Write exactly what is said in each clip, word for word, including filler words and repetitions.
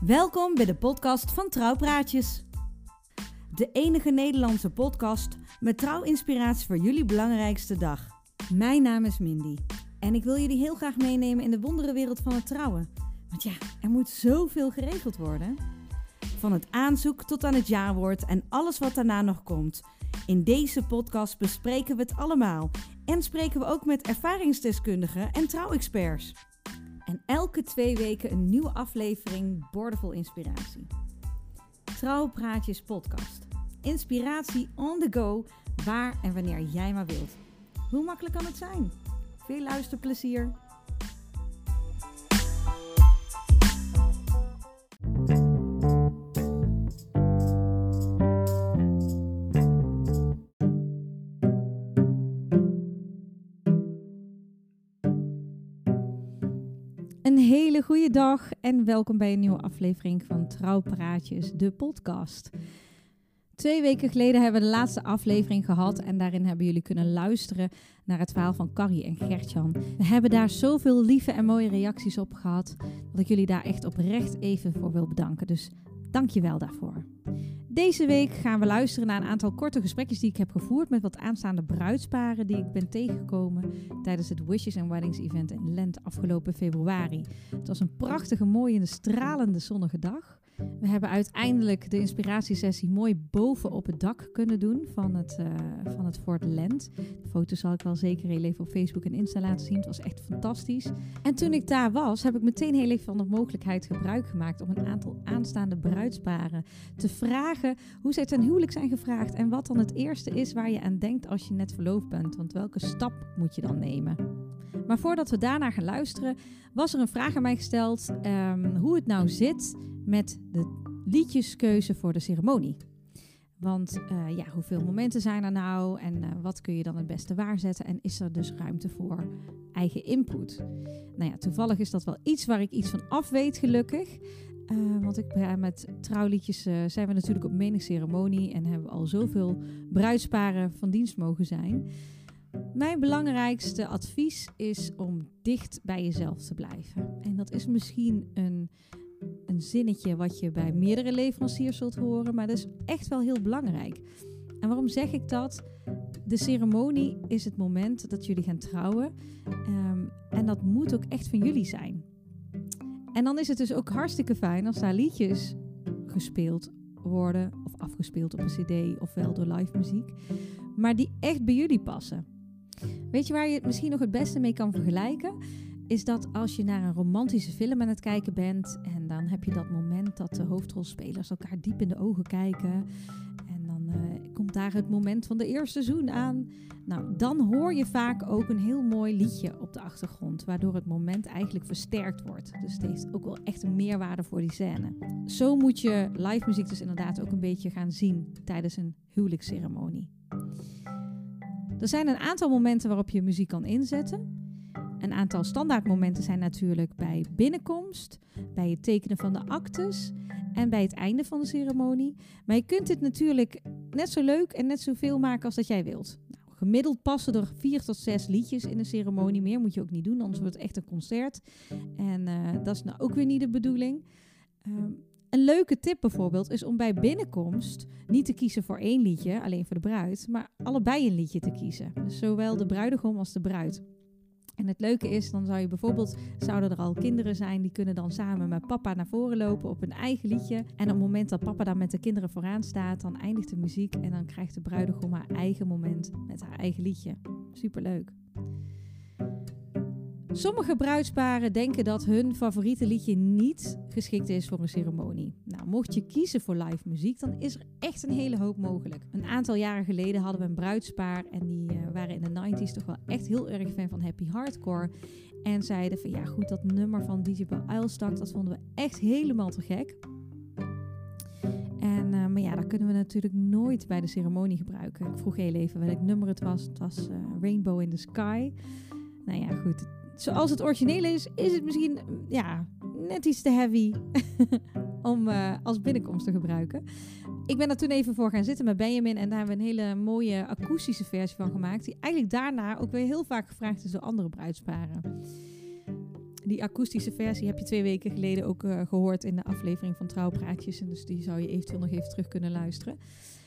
Welkom bij de podcast van Trouwpraatjes. De enige Nederlandse podcast met trouwinspiratie voor jullie belangrijkste dag. Mijn naam is Mindy en ik wil jullie heel graag meenemen in de wonderenwereld van het trouwen. Want ja, er moet zoveel geregeld worden. Van het aanzoek tot aan het jaarwoord en alles wat daarna nog komt. In deze podcast bespreken we het allemaal en spreken we ook met ervaringsdeskundigen en trouwexperts. En elke twee weken een nieuwe aflevering boordevol inspiratie. Trouwpraatjes podcast. Inspiratie on the go, waar en wanneer jij maar wilt. Hoe makkelijk kan het zijn? Veel luisterplezier! Een hele goede dag en welkom bij een nieuwe aflevering van Trouwpraatjes, de podcast. Twee weken geleden hebben we de laatste aflevering gehad en daarin hebben jullie kunnen luisteren naar het verhaal van Carrie en Gertjan. We hebben daar zoveel lieve en mooie reacties op gehad dat ik jullie daar echt oprecht even voor wil bedanken. Dus dank je wel daarvoor. Deze week gaan we luisteren naar een aantal korte gesprekjes die ik heb gevoerd met wat aanstaande bruidsparen die ik ben tegengekomen tijdens het Wishes and Weddings event in Lent afgelopen februari. Het was een prachtige, mooie, stralende zonnige dag. We hebben uiteindelijk de inspiratiesessie mooi boven op het dak kunnen doen van het, uh, van het Fort Lent. De foto's zal ik wel zeker heel even op Facebook en Insta laten zien. Het was echt fantastisch. En toen ik daar was, heb ik meteen heel even van de mogelijkheid gebruik gemaakt om een aantal aanstaande bruidsparen te vragen hoe zij ten huwelijk zijn gevraagd en wat dan het eerste is waar je aan denkt als je net verloofd bent. Want welke stap moet je dan nemen? Maar voordat we daarna gaan luisteren, was er een vraag aan mij gesteld um, hoe het nou zit met de liedjeskeuze voor de ceremonie. Want uh, ja, hoeveel momenten zijn er nou en uh, wat kun je dan het beste waarzetten en is er dus ruimte voor eigen input? Nou ja, toevallig is dat wel iets waar ik iets van af weet gelukkig. Uh, want ik, ja, met trouwliedjes uh, zijn we natuurlijk op menig ceremonie en hebben we al zoveel bruidsparen van dienst mogen zijn. Mijn belangrijkste advies is om dicht bij jezelf te blijven. En dat is misschien een, een zinnetje wat je bij meerdere leveranciers zult horen, maar dat is echt wel heel belangrijk. En waarom zeg ik dat? De ceremonie is het moment dat jullie gaan trouwen. Um, en dat moet ook echt van jullie zijn. En dan is het dus ook hartstikke fijn als daar liedjes gespeeld worden of afgespeeld op een cd ofwel door live muziek, maar die echt bij jullie passen. Weet je waar je het misschien nog het beste mee kan vergelijken? Is dat als je naar een romantische film aan het kijken bent en dan heb je dat moment dat de hoofdrolspelers elkaar diep in de ogen kijken en dan uh, komt daar het moment van de eerste zoen aan. Nou, dan hoor je vaak ook een heel mooi liedje op de achtergrond, waardoor het moment eigenlijk versterkt wordt. Dus het heeft ook wel echt een meerwaarde voor die scène. Zo moet je live muziek dus inderdaad ook een beetje gaan zien tijdens een huwelijksceremonie. Er zijn een aantal momenten waarop je muziek kan inzetten. Een aantal standaardmomenten zijn natuurlijk bij binnenkomst, bij het tekenen van de aktes en bij het einde van de ceremonie. Maar je kunt dit natuurlijk net zo leuk en net zoveel maken als dat jij wilt. Nou, gemiddeld passen er vier tot zes liedjes in een ceremonie. Meer moet je ook niet doen, anders wordt het echt een concert. En uh, dat is nou ook weer niet de bedoeling. Um, Een leuke tip bijvoorbeeld is om bij binnenkomst niet te kiezen voor één liedje, alleen voor de bruid, maar allebei een liedje te kiezen. Dus zowel de bruidegom als de bruid. En het leuke is, dan zou je bijvoorbeeld, zouden er al kinderen zijn, die kunnen dan samen met papa naar voren lopen op hun eigen liedje. En op het moment dat papa dan met de kinderen vooraan staat, dan eindigt de muziek en dan krijgt de bruidegom haar eigen moment met haar eigen liedje. Superleuk. Sommige bruidsparen denken dat hun favoriete liedje niet geschikt is voor een ceremonie. Nou, mocht je kiezen voor live muziek, dan is er echt een hele hoop mogelijk. Een aantal jaren geleden hadden we een bruidspaar en die uh, waren in de negentig toch wel echt heel erg fan van happy hardcore. En zeiden van ja goed, dat nummer van D J Paul Uilstak, dat vonden we echt helemaal te gek. En, uh, maar ja, dat kunnen we natuurlijk nooit bij de ceremonie gebruiken. Ik vroeg heel even welk nummer het was. Het was uh, Rainbow in the Sky. Nou ja, goed. Zoals het origineel is, is het misschien ja, net iets te heavy om uh, als binnenkomst te gebruiken. Ik ben er toen even voor gaan zitten met Benjamin en daar hebben we een hele mooie akoestische versie van gemaakt. Die eigenlijk daarna ook weer heel vaak gevraagd is door andere bruidsparen. Die akoestische versie heb je twee weken geleden ook uh, gehoord in de aflevering van Trouwpraatjes. En dus die zou je eventueel nog even terug kunnen luisteren.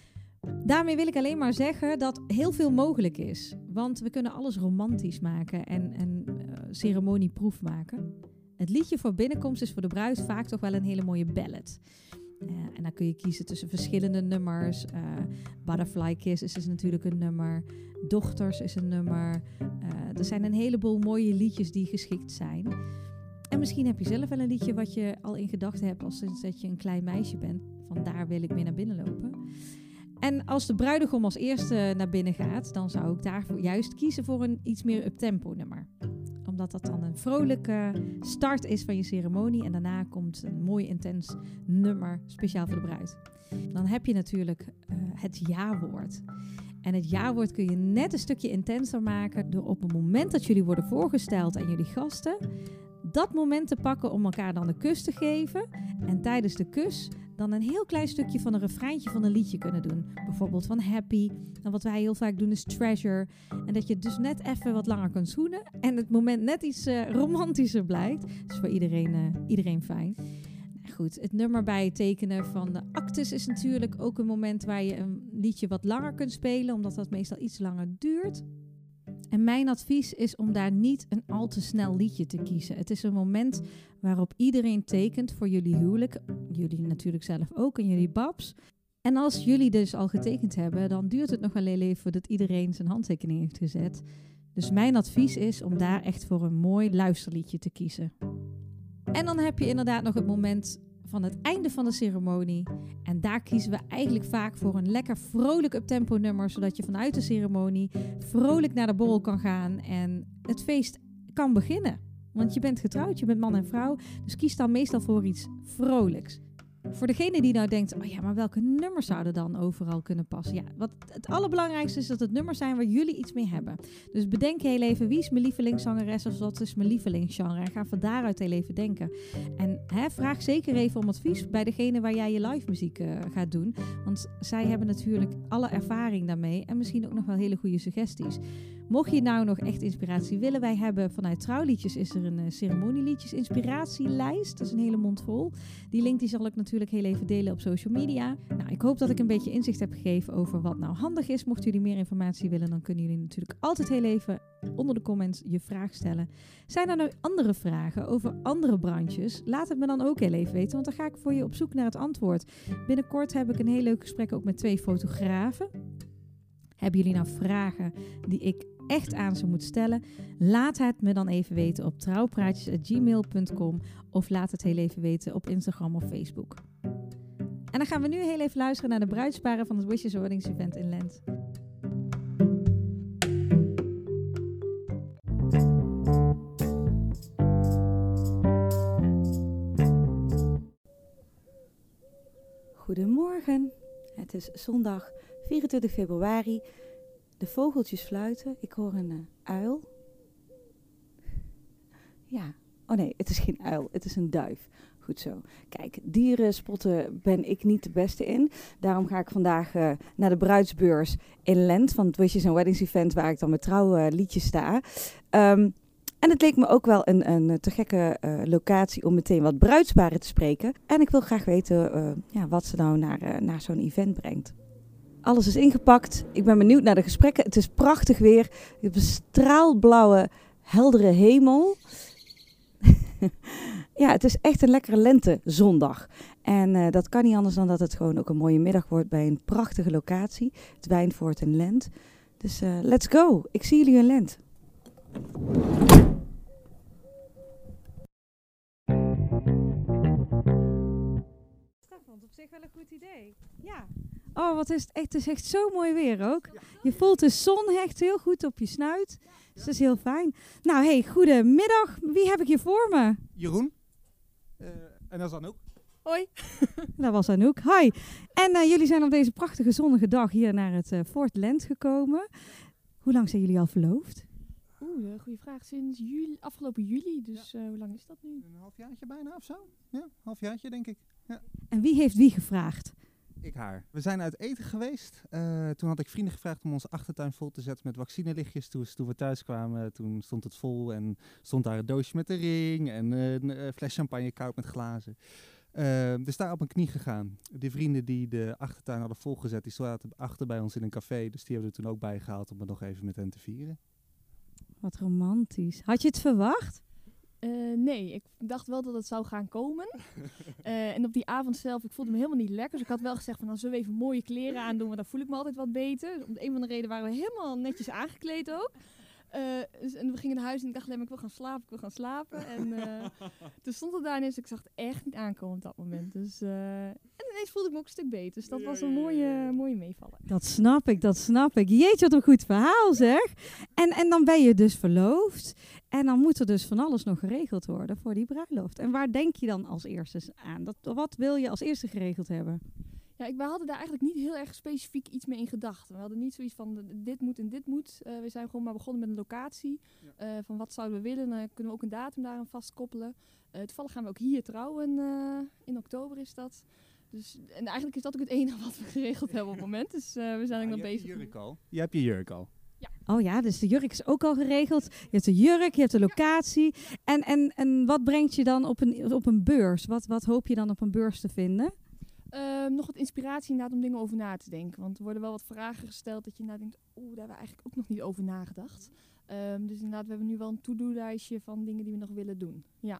Daarmee wil ik alleen maar zeggen dat heel veel mogelijk is. Want we kunnen alles romantisch maken en, en uh, ceremonieproef maken. Het liedje voor binnenkomst is voor de bruid vaak toch wel een hele mooie ballad. Uh, en dan kun je kiezen tussen verschillende nummers. Uh, Butterfly Kisses is natuurlijk een nummer. Dochters is een nummer. Uh, er zijn een heleboel mooie liedjes die geschikt zijn. En misschien heb je zelf wel een liedje wat je al in gedachten hebt als sinds dat je een klein meisje bent. Van daar wil ik mee naar binnen lopen. En als de bruidegom als eerste naar binnen gaat, dan zou ik daarvoor juist kiezen voor een iets meer uptempo nummer. Omdat dat dan een vrolijke start is van je ceremonie. En daarna komt een mooi intens nummer speciaal voor de bruid. Dan heb je natuurlijk uh, het ja-woord. En het ja-woord kun je net een stukje intenser maken door op het moment dat jullie worden voorgesteld aan jullie gasten, dat moment te pakken om elkaar dan de kus te geven. En tijdens de kus dan een heel klein stukje van een refreintje van een liedje kunnen doen. Bijvoorbeeld van Happy. En wat wij heel vaak doen is Treasure. En dat je dus net even wat langer kunt zoenen. En het moment net iets uh, romantischer blijkt. Dat is voor iedereen, uh, iedereen fijn. Nou goed, het nummer bij het tekenen van de actes is natuurlijk ook een moment waar je een liedje wat langer kunt spelen. Omdat dat meestal iets langer duurt. En mijn advies is om daar niet een al te snel liedje te kiezen. Het is een moment waarop iedereen tekent voor jullie huwelijk. Jullie natuurlijk zelf ook en jullie babs. En als jullie dus al getekend hebben, dan duurt het nog wel heel even voordat iedereen zijn handtekening heeft gezet. Dus mijn advies is om daar echt voor een mooi luisterliedje te kiezen. En dan heb je inderdaad nog het moment van het einde van de ceremonie. En daar kiezen we eigenlijk vaak voor een lekker vrolijk uptempo nummer, zodat je vanuit de ceremonie vrolijk naar de borrel kan gaan en het feest kan beginnen. Want je bent getrouwd, je bent man en vrouw, dus kies dan meestal voor iets vrolijks. Voor degene die nou denkt, oh ja, maar welke nummers zouden dan overal kunnen passen? Ja, wat het allerbelangrijkste is dat het nummers zijn waar jullie iets mee hebben. Dus bedenk heel even, wie is mijn lievelingszangeres of wat is mijn lievelingsgenre? En ga van daaruit heel even denken. En hè, vraag zeker even om advies bij degene waar jij je live muziek uh, gaat doen. Want zij hebben natuurlijk alle ervaring daarmee en misschien ook nog wel hele goede suggesties. Mocht je nou nog echt inspiratie willen, wij hebben vanuit Trouwliedjes is er een uh, ceremonieliedjes inspiratielijst. Dat is een hele mond vol. Die link die zal ik natuurlijk heel even delen op social media. Nou, ik hoop dat ik een beetje inzicht heb gegeven over wat nou handig is. Mochten jullie meer informatie willen, dan kunnen jullie natuurlijk altijd heel even onder de comments je vraag stellen. Zijn er nou andere vragen over andere branches? Laat het me dan ook heel even weten, want dan ga ik voor je op zoek naar het antwoord. Binnenkort heb ik een heel leuk gesprek ook met twee fotografen. Hebben jullie nou vragen die ik echt aan ze moet stellen? Laat het me dan even weten op trouwpraatjes at gmail punt com of laat het heel even weten op Instagram of Facebook. En dan gaan we nu heel even luisteren naar de bruidsparen van het Wishes Weddings Event in Lent. Goedemorgen, het is zondag vierentwintig februari. De vogeltjes fluiten. Ik hoor een uh, uil. Ja, oh nee, het is geen uil, het is een duif. Goed zo. Kijk, dieren spotten ben ik niet de beste in. Daarom ga ik vandaag uh, naar de bruidsbeurs in Lent van het Wishes and Weddings Event, waar ik dan met trouwliedjes uh, sta. Um, en het leek me ook wel een, een te gekke uh, locatie om meteen wat bruidsparen te spreken. En ik wil graag weten uh, ja, wat ze nou naar, uh, naar zo'n event brengt. Alles is ingepakt. Ik ben benieuwd naar de gesprekken. Het is prachtig weer. Ik heb een straalblauwe, heldere hemel. Ja, het is echt een lekkere lentezondag. En uh, dat kan niet anders dan dat het gewoon ook een mooie middag wordt bij een prachtige locatie. Het Wijnvoort in Lent. Dus uh, let's go. Ik zie jullie in Lent. Dat vond op zich wel een goed idee. Ja. Oh, wat is het echt, het is echt zo mooi weer ook. Je voelt de zon echt heel goed op je snuit. Dus dat is heel fijn. Nou, hey, goedemiddag. Wie heb ik hier voor me? Jeroen. Uh, en dat is Anouk. Hoi. Dat was Anouk. Hi. En uh, jullie zijn op deze prachtige zonnige dag hier naar het uh, Fort Lent gekomen. Hoe lang zijn jullie al verloofd? Oeh, uh, goede vraag. Sinds juli, afgelopen juli. Dus ja. uh, hoe lang is dat nu? Een halfjaartje bijna of zo. Ja, een halfjaartje denk ik. Ja. En wie heeft wie gevraagd? Ik haar. We zijn uit eten geweest. Uh, toen had ik vrienden gevraagd om onze achtertuin vol te zetten met vaccinelichtjes. Toen, toen we thuis kwamen, toen stond het vol en stond daar een doosje met een ring en uh, een uh, fles champagne koud met glazen. Uh, dus daar op mijn knie gegaan. Die vrienden die de achtertuin hadden volgezet, die zaten achter bij ons in een café. Dus die hebben we er toen ook bij gehaald om het nog even met hen te vieren. Wat romantisch. Had je het verwacht? Uh, nee, ik dacht wel dat het zou gaan komen. uh, en op die avond zelf, ik voelde me helemaal niet lekker. Dus ik had wel gezegd van, dan zullen we even mooie kleren aandoen, want dan voel ik me altijd wat beter. Om de een of andere reden waren we helemaal netjes aangekleed ook. Uh, dus, en we gingen naar huis en ik dacht alleen maar, ik wil gaan slapen, ik wil gaan slapen. En uh, toen stond het daar ineens, ik zag het echt niet aankomen op dat moment. Dus, uh, en ineens voelde ik me ook een stuk beter. Dus dat was een mooie, mooie meevaller. Dat snap ik, dat snap ik. Jeetje, wat een goed verhaal zeg. En, en dan ben je dus verloofd. En dan moet er dus van alles nog geregeld worden voor die bruiloft. En waar denk je dan als eerste aan? Dat, wat wil je als eerste geregeld hebben? Ja, ik, wij hadden daar eigenlijk niet heel erg specifiek iets mee in gedachten. We hadden niet zoiets van dit moet en dit moet. Uh, we zijn gewoon maar begonnen met een locatie. Ja. Uh, van wat zouden we willen. Dan kunnen we ook een datum daaraan vastkoppelen. Uh, toevallig gaan we ook hier trouwen. Uh, in oktober is dat. Dus, en eigenlijk is dat ook het enige wat we geregeld hebben op het moment. Dus uh, we zijn ja, nog je bezig. Hebt je, jurk al. je hebt je jurk al. Ja. Oh ja, dus de jurk is ook al geregeld. Je hebt de jurk, je hebt de locatie. Ja. En, en, en wat brengt je dan op een, op een beurs? Wat, wat hoop je dan op een beurs te vinden? Uh, nog wat inspiratie inderdaad om dingen over na te denken. Want er worden wel wat vragen gesteld dat je inderdaad denkt, oeh, daar hebben we eigenlijk ook nog niet over nagedacht. Um, dus inderdaad, we hebben nu wel een to-do-lijstje van dingen die we nog willen doen. Ja.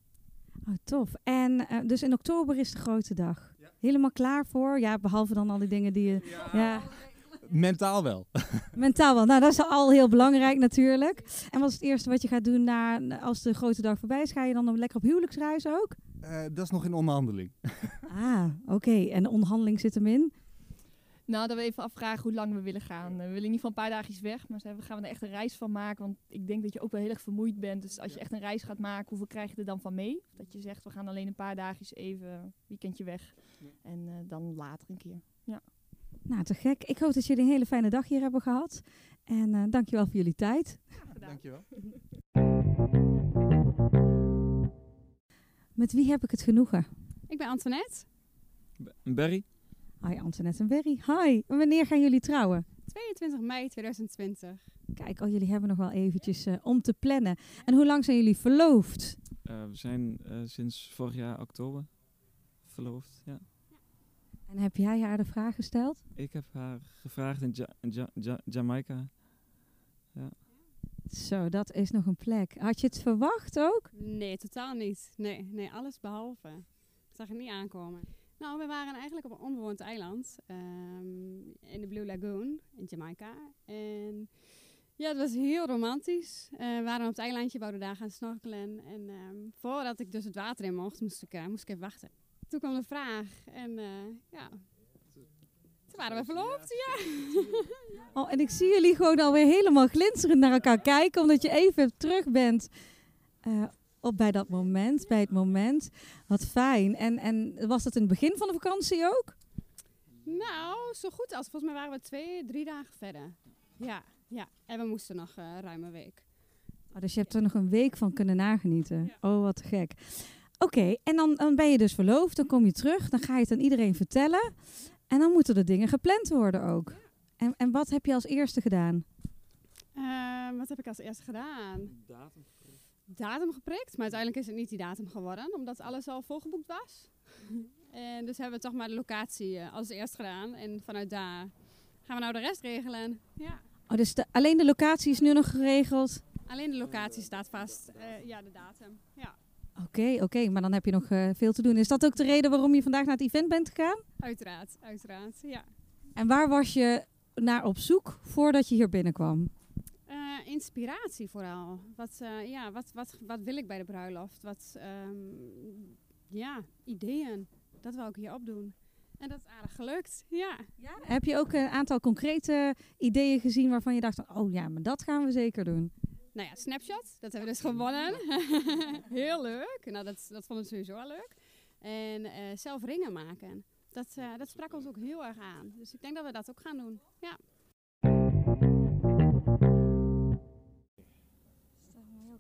Oh, tof. En uh, dus in oktober is de grote dag. Ja. Helemaal klaar voor? Ja, behalve dan al die dingen die je... Ja. ja. Mentaal wel. Mentaal wel. Nou, dat is al heel belangrijk natuurlijk. En wat is het eerste wat je gaat doen na, als de grote dag voorbij is? Ga je dan lekker op huwelijksreis ook? Uh, dat is nog in onderhandeling. Ah, oké. Okay. En de onderhandeling zit hem in? Nou, dat we even afvragen hoe lang we willen gaan. Uh, we willen in ieder geval een paar dagjes weg, maar we gaan er echt een reis van maken. Want ik denk dat je ook wel heel erg vermoeid bent. Dus als je echt een reis gaat maken, hoeveel krijg je er dan van mee? Dat je zegt, we gaan alleen een paar dagjes even weekendje weg. Ja. En uh, dan later een keer. Ja. Nou, te gek. Ik hoop dat jullie een hele fijne dag hier hebben gehad. En uh, dankjewel voor jullie tijd. Ja, dankjewel. Met wie heb ik het genoegen? Ik ben Antoinette. Berry. Hi Antoinette en Berry. Hi. En wanneer gaan jullie trouwen? tweeëntwintig mei tweeduizend twintig. Kijk, oh, jullie hebben nog wel eventjes uh, om te plannen. En hoe lang zijn jullie verloofd? Uh, we zijn uh, sinds vorig jaar oktober verloofd, ja. En heb jij haar de vraag gesteld? Ik heb haar gevraagd in ja- ja- ja- Jamaica. Ja. Zo, dat is nog een plek. Had je het verwacht ook? Nee, totaal niet. Nee, nee, alles behalve. Ik zag het niet aankomen. Nou, we waren eigenlijk op een onbewoond eiland. Um, in de Blue Lagoon in Jamaica. En ja, het was heel romantisch. Uh, we waren op het eilandje, wouden daar gaan snorkelen. En um, voordat ik dus het water in mocht, moest ik, uh, moest ik even wachten. Toen kwam de vraag en uh, ja, toen waren we verloofd, ja. Oh, en ik zie jullie gewoon alweer helemaal glinsterend naar elkaar kijken, omdat je even terug bent uh, op bij dat moment, bij het moment. Wat fijn. En, en was dat in het begin van de vakantie ook? Nou, zo goed als. Volgens mij waren we twee, drie dagen verder. Ja, ja. En we moesten nog uh, ruim een week. Oh, dus je hebt er nog een week van kunnen nagenieten. Ja. Oh, wat gek. Oké, okay, en dan, dan ben je dus verloofd, dan kom je terug, dan ga je het aan iedereen vertellen. En dan moeten er dingen gepland worden ook. En, en wat heb je als eerste gedaan? Uh, wat heb ik als eerste gedaan? Datum geprikt. Datum geprikt, maar uiteindelijk is het niet die datum geworden, omdat alles al volgeboekt was. En dus hebben we toch maar de locatie uh, als eerst gedaan. En vanuit daar gaan we nou de rest regelen. Ja. Oh, dus de, alleen de locatie is nu nog geregeld? Alleen de locatie staat vast. Uh, ja, de datum. Ja. Oké, okay, oké, okay, maar dan heb je nog uh, veel te doen. Is dat ook de reden waarom je vandaag naar het event bent gegaan? Uiteraard, uiteraard, ja. En waar was je naar op zoek voordat je hier binnenkwam? Uh, inspiratie vooral. Wat, uh, ja, wat, wat, wat wil ik bij de bruiloft? Wat, um, ja, ideeën. Dat wil ik hier opdoen. En dat is aardig gelukt, ja. ja. Heb je ook een aantal concrete ideeën gezien waarvan je dacht, oh ja, maar dat gaan we zeker doen? Nou ja, Snapshot, dat hebben we dus gewonnen. Heel leuk. Nou, dat, dat vonden we sowieso wel leuk. En uh, zelf ringen maken. Dat, uh, dat sprak ons ook heel erg aan. Dus ik denk dat we dat ook gaan doen. Ja.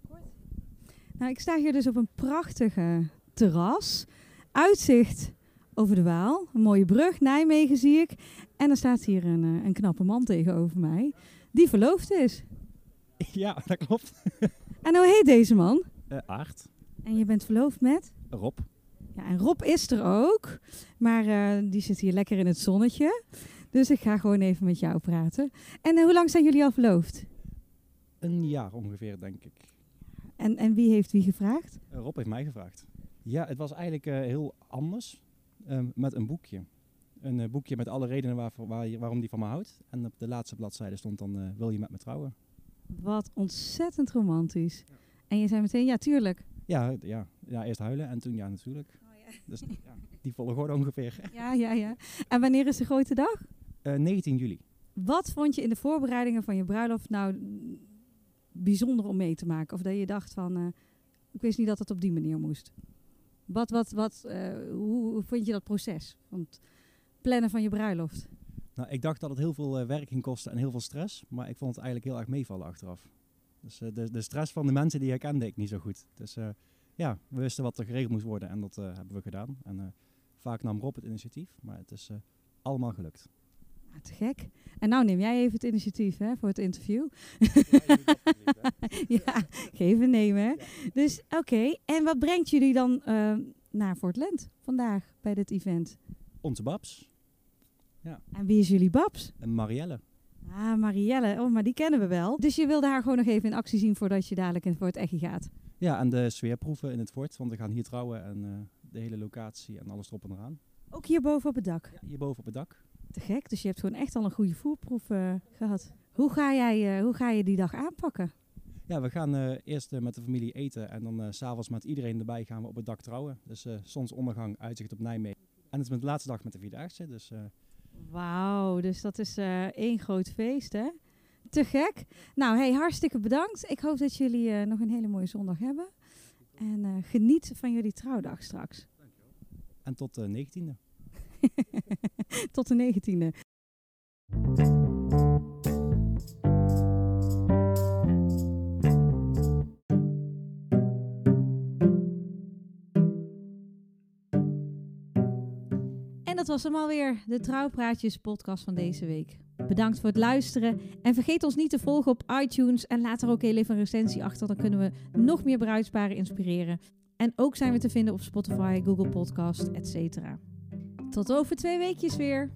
Nou, ik sta hier dus op een prachtige terras. Uitzicht over de Waal. Een mooie brug, Nijmegen zie ik. En er staat hier een, uh, een knappe man tegenover mij, die verloofd is. Ja, dat klopt. En hoe heet deze man? Uh, Aart. En je bent verloofd met? Rob. Ja, en Rob is er ook, maar uh, die zit hier lekker in het zonnetje. Dus ik ga gewoon even met jou praten. En uh, hoe lang zijn jullie al verloofd? Een jaar ongeveer, denk ik. En, en wie heeft wie gevraagd? Uh, Rob heeft mij gevraagd. Ja, het was eigenlijk uh, heel anders. Uh, met een boekje. Een uh, boekje met alle redenen waar, waar, waarom die van me houdt. En op de laatste bladzijde stond dan, uh, wil je met me trouwen? Wat ontzettend romantisch. Ja. En je zei meteen, ja, tuurlijk. Ja, ja, ja, eerst huilen en toen ja, natuurlijk. Oh, ja. Dus ja, die volgorde ongeveer. Ja, ja, ja. En wanneer is de grote dag? Uh, negentien juli. Wat vond je in de voorbereidingen van je bruiloft nou bijzonder om mee te maken? Of dat je dacht van, uh, ik wist niet dat het op die manier moest. Wat, wat, wat, uh, hoe, hoe vond je dat proces? Van het plannen van je bruiloft? Nou, ik dacht dat het heel veel uh, werk ging kosten en heel veel stress. Maar ik vond het eigenlijk heel erg meevallen achteraf. Dus uh, de, de stress van de mensen die herkende ik niet zo goed. Dus uh, ja, we wisten wat er geregeld moest worden en dat uh, hebben we gedaan. En uh, vaak nam Rob het initiatief, maar het is uh, allemaal gelukt. Ah, te gek. En nou neem jij even het initiatief hè, voor het interview. Ja, geven nemen. Hè? Ja. Dus oké, okay. En wat brengt jullie dan uh, naar Fort Lent vandaag bij dit event? Onze Babs. Ja. En wie is jullie Babs? En Marielle. Ah, Marielle. Oh, maar die kennen we wel. Dus je wilde haar gewoon nog even in actie zien voordat je dadelijk in Fort Eggy gaat? Ja, en de sfeerproeven in het fort, want we gaan hier trouwen en uh, de hele locatie en alles erop en eraan. Ook hierboven op het dak? Ja, hierboven op het dak. Te gek, dus je hebt gewoon echt al een goede voerproef uh, gehad. Hoe ga, jij, uh, hoe ga je die dag aanpakken? Ja, we gaan uh, eerst uh, met de familie eten en dan uh, 's avonds met iedereen erbij gaan we op het dak trouwen. Dus uh, zonsondergang, uitzicht op Nijmegen. En het is met de laatste dag met de Vierdaagse, dus... Uh, Wauw, dus dat is uh, één groot feest, hè? Te gek. Nou, hey, hartstikke bedankt. Ik hoop dat jullie uh, nog een hele mooie zondag hebben. En uh, geniet van jullie trouwdag straks. En tot de negentiende. Tot de negentiende. En dat was hem alweer, de Trouwpraatjes podcast van deze week. Bedankt voor het luisteren en vergeet ons niet te volgen op iTunes en laat er ook heel even een recensie achter, dan kunnen we nog meer bruidsparen inspireren. En ook zijn we te vinden op Spotify, Google Podcast, et cetera. Tot over twee weekjes weer.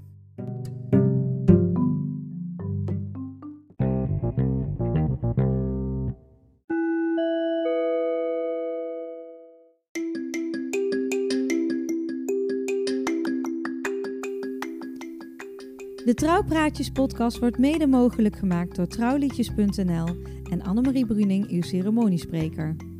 De Trouwpraatjes podcast wordt mede mogelijk gemaakt door trouwliedjes punt n l en Annemarie Bruning, uw ceremoniespreker.